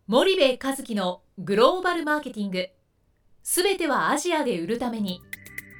森部一樹のグローバルマーケティング、すべてはアジアで売るために。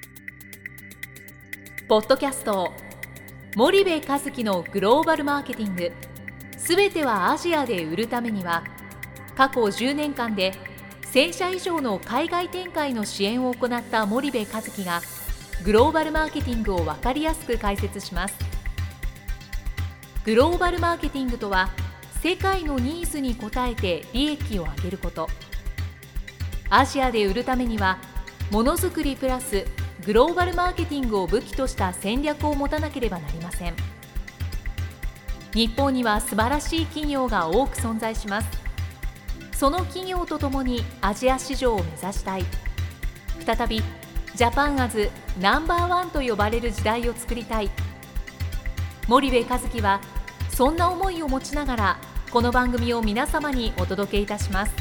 ポッドキャスト森部一樹のグローバルマーケティング、すべてはアジアで売るためには、過去10年間で1000社以上の海外展開の支援を行った森部一樹がグローバルマーケティングを分かりやすく解説します。グローバルマーケティングとは、世界のニーズに応えて利益を上げること。アジアで売るためには、ものづくりプラスグローバルマーケティングを武器とした戦略を持たなければなりません。日本には素晴らしい企業が多く存在します。その企業とともにアジア市場を目指したい。再びジャパンアズナンバーワンと呼ばれる時代を作りたい。森部一樹はそんな思いを持ちながら、この番組を皆様にお届けいたします。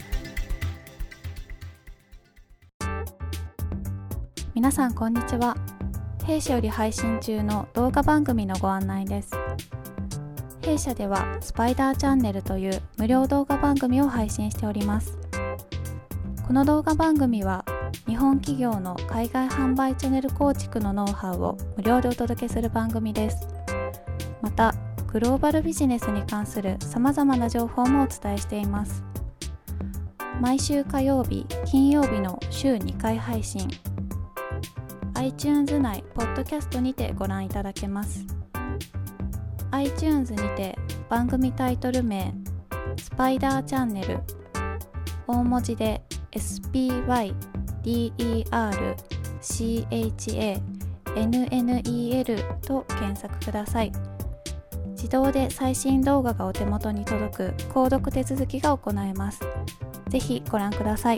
皆さんこんにちは。弊社より配信中の動画番組のご案内です。弊社ではスパイダーチャンネルという無料動画番組を配信しております。この動画番組は日本企業の海外販売チャンネル構築のノウハウを無料でお届けする番組です。またグローバルビジネスに関するさまざまな情報もお伝えしています。毎週火曜日、金曜日の週2回配信。iTunes 内ポッドキャストにてご覧いただけます。iTunes にて番組タイトル名スパイダーチャンネル、大文字で SPYDERCHANNEL と検索ください。自動で最新動画がお手元に届く購読手続きが行えます。ぜひご覧ください。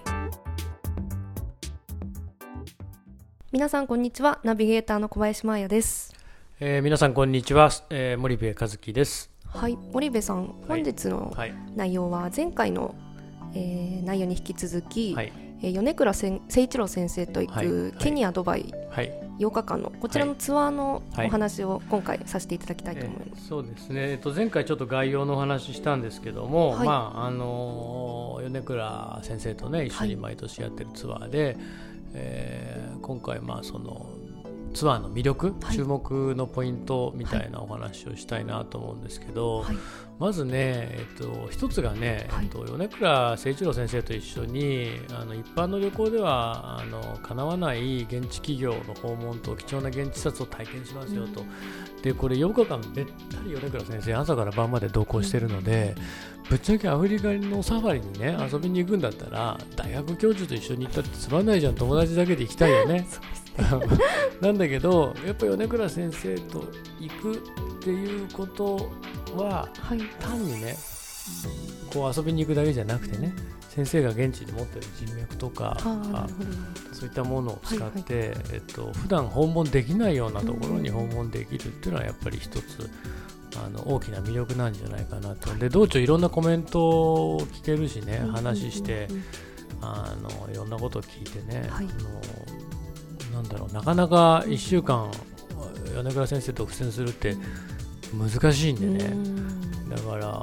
皆さんこんにちは。ナビゲーターの小林真彩です。 皆さんこんにちは。森部一樹です。 はい、森部さん、本日の内容は前回の、内容に引き続き、米倉誠一郎先生と行くケニア、ドバイ、8日間のこちらのツアーのお話を今回させていただきたいと思います。 そうですね、前回ちょっと概要のお話したんですけども、米倉先生とね一緒に毎年やってるツアーで、今回そのツアーの魅力、注目のポイントみたいなお話をしたいなと思うんですけど、まずね、一つがね、米倉誠一郎先生と一緒に一般の旅行では叶わない現地企業の訪問と貴重な現地視察を体験しますよと。でこれ8日間べったり米倉先生朝から晩まで同行してるので、ぶっちゃけアフリカのサファリにね遊びに行くんだったら大学教授と一緒に行ったってつまんないじゃん、友達だけで行きたいよねなんだけどやっぱり米倉先生と行くっていうことは、単にねこう遊びに行くだけじゃなくてね、先生が現地に持ってる人脈とかそういったものを使って、普段訪問できないようなところに訪問できるっていうのはやっぱり一つ大きな魅力なんじゃないかなと。で道中いろんなコメントを聞けるしね、話していろんなことを聞いてね、なんだろう、なかなか1週間米倉先生と苦戦するって難しいんでね、だから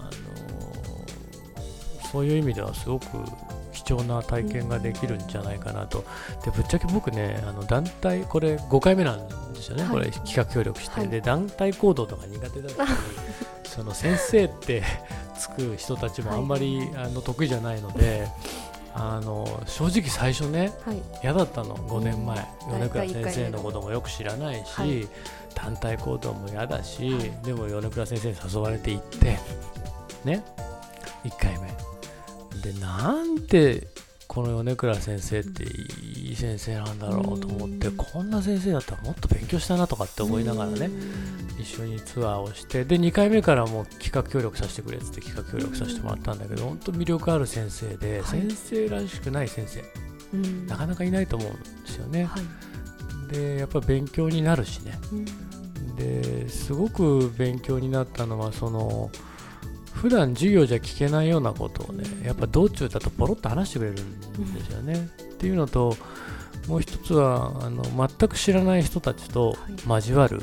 そういう意味ではすごく貴重な体験ができるんじゃないかなと。でぶっちゃけ僕ね団体これ5回目なんですよね、これ企画協力して、で団体行動とか苦手だったりその先生ってつく人たちもあんまり、得意じゃないので正直最初ね、嫌だったの。5年前米倉先生のこともよく知らないし、団体行動も嫌だし、でも米倉先生に誘われて行ってね、1回目でなんてこの米倉先生っていい先生なんだろうと思って、こんな先生だったらもっと勉強したなとかって思いながらね一緒にツアーをして、で2回目からも企画協力させてくれって企画協力させてもらったんだけど、本当魅力ある先生で、先生らしくない先生なかなかいないと思うんですよね。でやっぱり勉強になるしね、ですごく勉強になったのはその普段授業じゃ聞けないようなことをね、やっぱ道中だとポロッと話してくれるんですよね、っていうのと、もう一つは全く知らない人たちと交わる、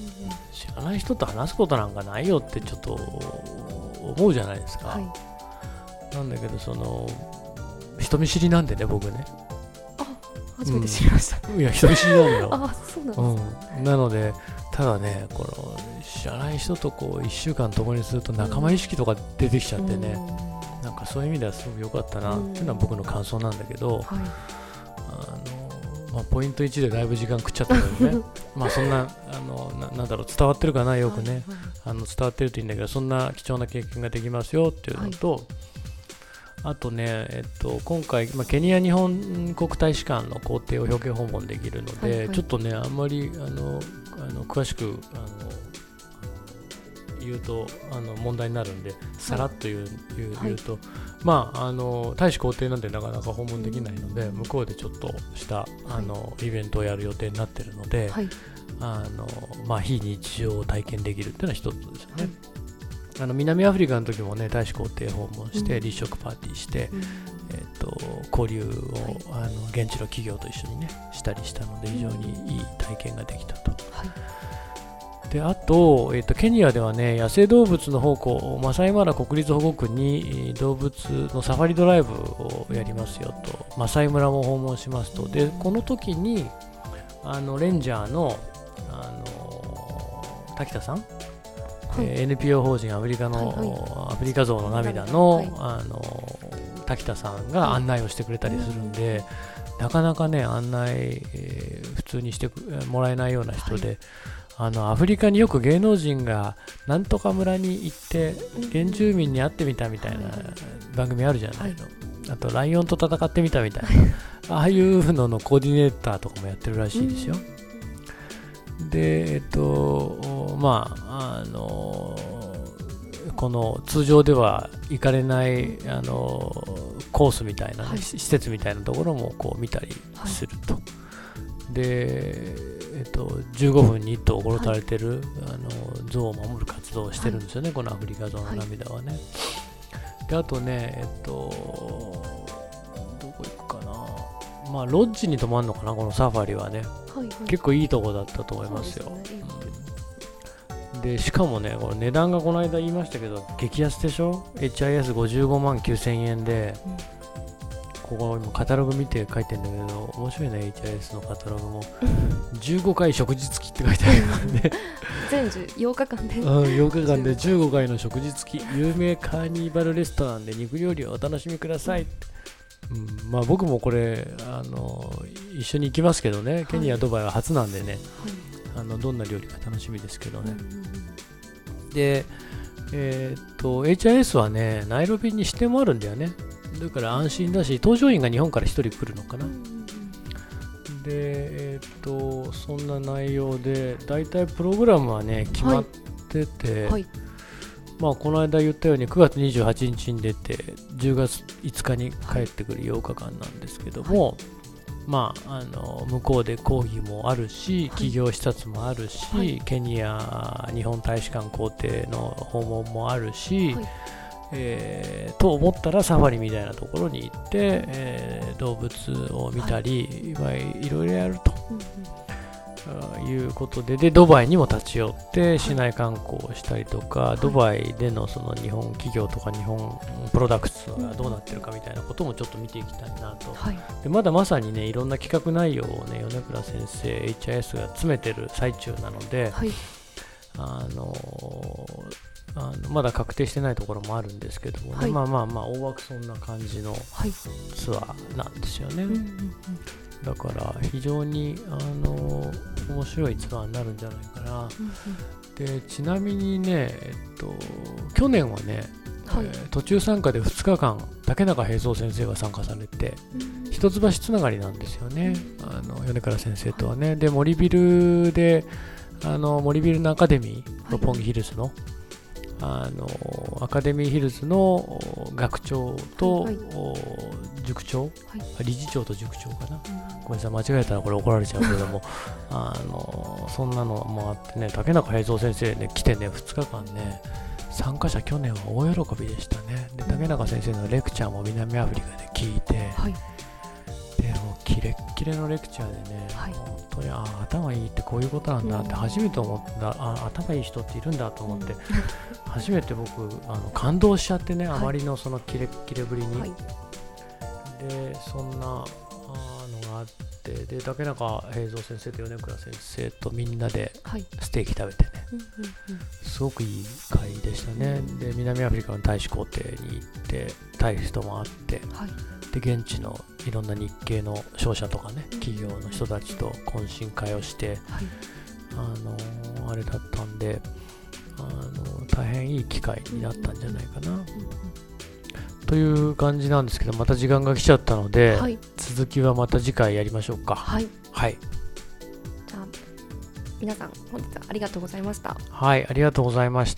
知らない人と話すことなんかないよってちょっと思うじゃないですか、 なんだけど人見知りなんでね僕ね。 初めて知りました、 いや人見知りなのよ。 そうなんです、 なのでただねこの知らない人とこう1週間共にすると仲間意識とか出てきちゃってね、なんかそういう意味ではすごく良かったなっていうのは僕の感想なんだけど、ポイント1でだいぶ時間食っちゃったけどねそんななんだろう伝わってるかなよくね、伝わってるといいんだけど、そんな貴重な経験ができますよっていうのと、あとね、今回、ケニア日本国大使館の公邸を表敬訪問できるので、ちょっとねあんまり詳しく言うと問題になるんでさらっと言うと、大使公邸なんてなかなか訪問できないので、向こうでちょっとしたイベントをやる予定になっているので、非日常を体験できるっていうのは一つですよね。南アフリカの時もね大使公邸訪問して立食パーティーして、交流を現地の企業と一緒にねしたりしたので、非常にいい体験ができたと。であと、ケニアではね野生動物の宝庫マサイマラ国立保護区に動物のサファリドライブをやりますよと、マサイ村も訪問しますと。でこの時にレンジャーの滝田さん、NPO 法人アフリカゾウの涙の、滝田さんが案内をしてくれたりするんで、なかなかね案内、普通にしてもらえないような人で、アフリカによく芸能人がなんとか村に行って原住民に会ってみたみたいな番組あるじゃないの、あとライオンと戦ってみたみたいなああいうののコーディネーターとかもやってるらしいですよ。でこの通常では行かれないコースみたいな、施設みたいなところもこう見たりすると。で15分に1頭殺されてる、象を守る活動をしてるんですよね、このアフリカゾウの涙はね。であとねどこ行くかな、ロッジに泊まるのかな、このサファリはね、結構いいとこだったと思いますよ。でしかもねこの値段がこの間言いましたけど激安でしょ。 HIS55 万9000円で、ここ今カタログ見て書いてるんだけど面白いね、 HIS のカタログも15回食事付きって書いてあるからね全8日間で 8日間で15回の食事付き、有名カーニバルレストランで肉料理をお楽しみください。僕もこれ一緒に行きますけどね、ケニア、ドバイは初なんでね、どんな料理か楽しみですけどね。でHIS はねナイロビに支店もあるんだよね。だから安心だし、搭乗員が日本から1人来るのかな。でそんな内容でだいたいプログラムはね決まってて、この間言ったように9月28日に出て10月5日に帰ってくる8日間なんですけども、向こうで講義もあるし、企業視察もあるし、ケニア日本大使館公邸の訪問もあるし、と思ったらサファリみたいなところに行って、動物を見たり、いろいろやると、いうことで、ドバイにも立ち寄って市内観光をしたりとか、ドバイでのその日本企業とか日本プロダクツがどうなってるかみたいなこともちょっと見ていきたいなと。でまだまさにねいろんな企画内容をね米倉先生 HIS が詰めてる最中なので、まだ確定してないところもあるんですけどもね、大枠そんな感じのツアーなんですよね。だから非常に面白いツアーになるんじゃないかな。でちなみにね、去年はね、途中参加で2日間竹中平蔵先生が参加されて、一橋つながりなんですよね、米倉先生とはね。で森ビルで森ビルのアカデミー、六本木ヒルズのアカデミーヒルズの学長と、塾長、理事長と塾長かな、ごめんなさい間違えたらこれ怒られちゃうけどもそんなのもあってね、竹中平蔵先生ね来てね2日間ね、参加者去年は大喜びでしたね。で竹中先生のレクチャーも南アフリカで聞いて、 でもキレッキレのレクチャーでね、はい、本当に頭いいってこういうことなんだって初めて思った、頭いい人っているんだと思って、初めて僕感動しちゃってね、あまりのそのキレッキレぶりに、はい、でそんなのがあって、で竹中平蔵先生と米倉先生とみんなでステーキ食べてね、すごくいい会でしたね。で南アフリカの大使公邸に行って大使とも会って、はい、で現地のいろんな日系の商社とかね、企業の人たちと懇親会をして、はい、あれだったんで大変いい機会になったんじゃないかな、という感じなんですけど、また時間が来ちゃったので、はい、続きはまた次回やりましょうか。はい、はい、 じゃあ皆さん本日はありがとうございました。 はい、ありがとうございました。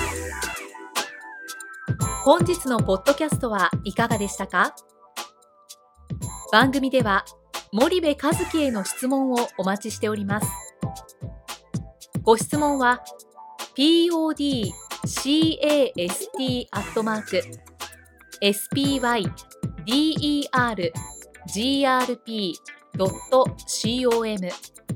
本日のポッドキャストはいかがでしたか？番組では森部一樹への質問をお待ちしております。ご質問は podcast@spydergrp.com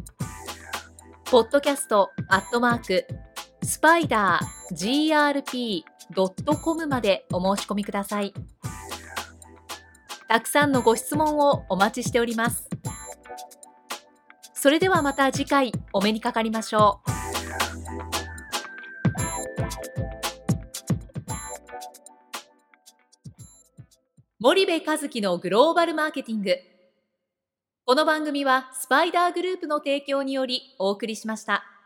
podcast@spidergrp.com までお申し込みください。たくさんのご質問をお待ちしております。それではまた次回お目にかかりましょう。森部一樹のグローバルマーケティング。この番組はスパイダーグループの提供によりお送りしました。